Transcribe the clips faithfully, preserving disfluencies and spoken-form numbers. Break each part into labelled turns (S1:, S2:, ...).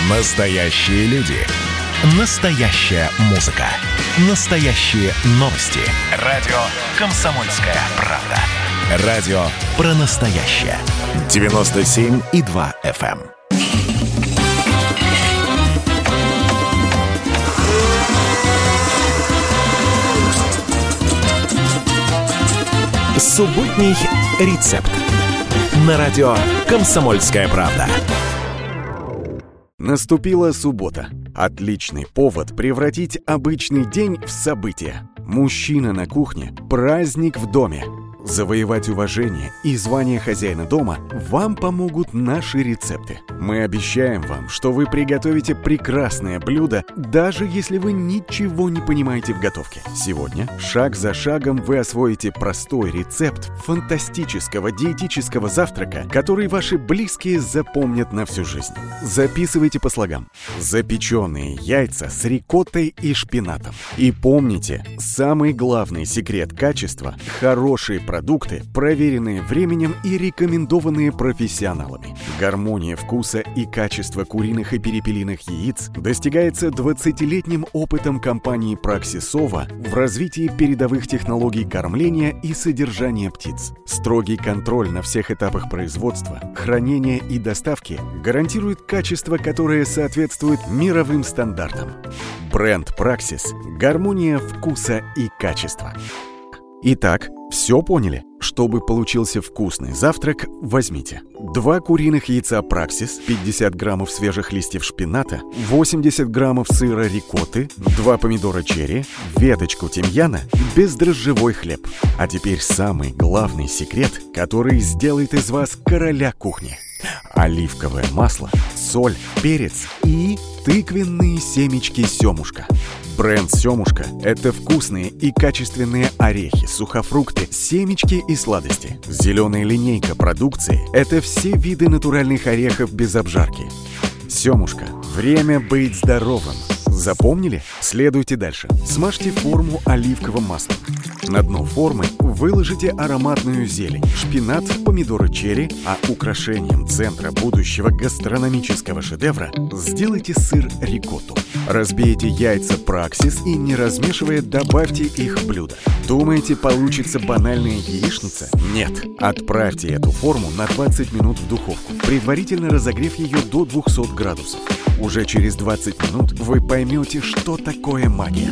S1: Настоящие люди. Настоящая музыка. Настоящие новости. Радио «Комсомольская правда». Радио про настоящее. девяносто семь и два эф эм. Субботний рецепт. На радио «Комсомольская правда».
S2: Наступила суббота. Отличный повод превратить обычный день в событие. Мужчина на кухне, праздник в доме. Завоевать уважение и звание хозяина дома вам помогут наши рецепты. Мы обещаем вам, что вы приготовите прекрасное блюдо, даже если вы ничего не понимаете в готовке. Сегодня шаг за шагом вы освоите простой рецепт фантастического диетического завтрака, который ваши близкие запомнят на всю жизнь. Записывайте по слогам. Запеченные яйца с рикоттой и шпинатом. И помните, самый главный секрет качества – хорошие продукты. Продукты, проверенные временем и рекомендованные профессионалами. Гармония вкуса и качества куриных и перепелиных яиц достигается двадцатилетним опытом компании Praxis в развитии передовых технологий кормления и содержания птиц. Строгий контроль на всех этапах производства, хранения и доставки гарантирует качество, которое соответствует мировым стандартам. Бренд Praxis – гармония вкуса и качества. Итак, все поняли? Чтобы получился вкусный завтрак, возьмите два куриных яйца Praxis, пятьдесят граммов свежих листьев шпината, восемьдесят граммов сыра рикотты, два помидора черри, веточку тимьяна, бездрожжевой хлеб. А теперь самый главный секрет, который сделает из вас короля кухни. Оливковое масло, соль, перец и тыквенные семечки семушка. Бренд «Семушка» — это вкусные и качественные орехи, сухофрукты, семечки и сладости. Зеленая линейка продукции — это все виды натуральных орехов без обжарки. «Семушка» — время быть здоровым. Запомнили? Следуйте дальше. Смажьте форму оливковым маслом. На дно формы выложите ароматную зелень, шпинат, помидоры черри, а украшением центра будущего гастрономического шедевра сделайте сыр рикотту. Разбейте яйца Praxis и, не размешивая, добавьте их в блюдо. Думаете, получится банальная яичница? Нет. Отправьте эту форму на двадцать минут в духовку, предварительно разогрев ее до двухсот градусов. Уже через двадцать минут вы поймете, что такое магия.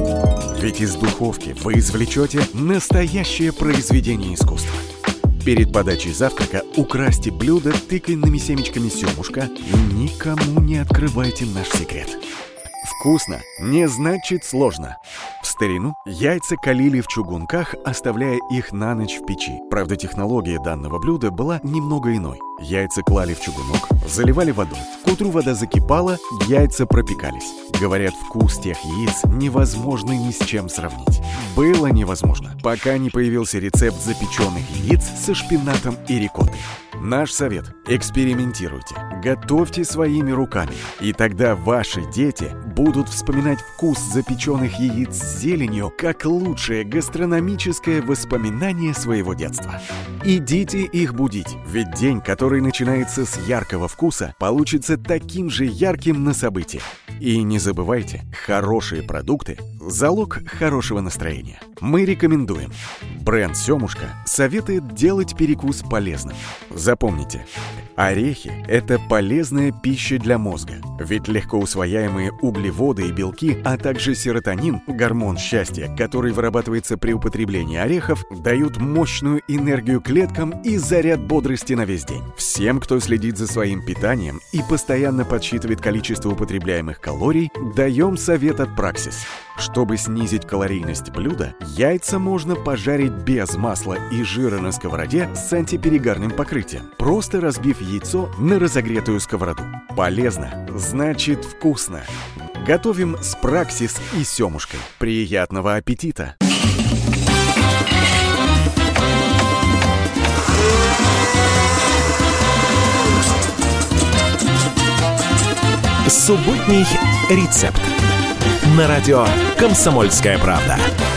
S2: Ведь из духовки вы извлечете настоящее произведение искусства. Перед подачей завтрака украсьте блюдо тыквенными семечками семушка и никому не открывайте наш секрет. Вкусно не значит сложно. В старину яйца калили в чугунках, оставляя их на ночь в печи. Правда, технология данного блюда была немного иной. Яйца клали в чугунок, заливали водой. К утру вода закипала, яйца пропекались. Говорят, вкус тех яиц невозможно ни с чем сравнить. Было невозможно, пока не появился рецепт запеченных яиц со шпинатом и рикоттой. Наш совет – экспериментируйте, готовьте своими руками, и тогда ваши дети будут вспоминать вкус запеченных яиц с зеленью как лучшее гастрономическое воспоминание своего детства. Идите их будить, ведь день, который начинается с яркого вкуса, получится таким же ярким на событии. И не забывайте, хорошие продукты – залог хорошего настроения. Мы рекомендуем. Бренд «Семушка» советует делать перекус полезным. Запомните, орехи – это полезная пища для мозга, ведь легко усвояемые углеводы и белки, а также серотонин, гормон счастья, который вырабатывается при употреблении орехов, дают мощную энергию клеткам и заряд бодрости на весь день. Всем, кто следит за своим питанием и постоянно подсчитывает количество употребляемых калорий, даем совет от Praxis. Чтобы снизить калорийность блюда, яйца можно пожарить без масла и жира на сковороде с антиперегарным покрытием, просто разбив яйцо на разогретую сковороду. Полезно, значит вкусно. Готовим с Praxis и семушкой. Приятного аппетита!
S1: Субботний рецепт. На радио «Комсомольская правда».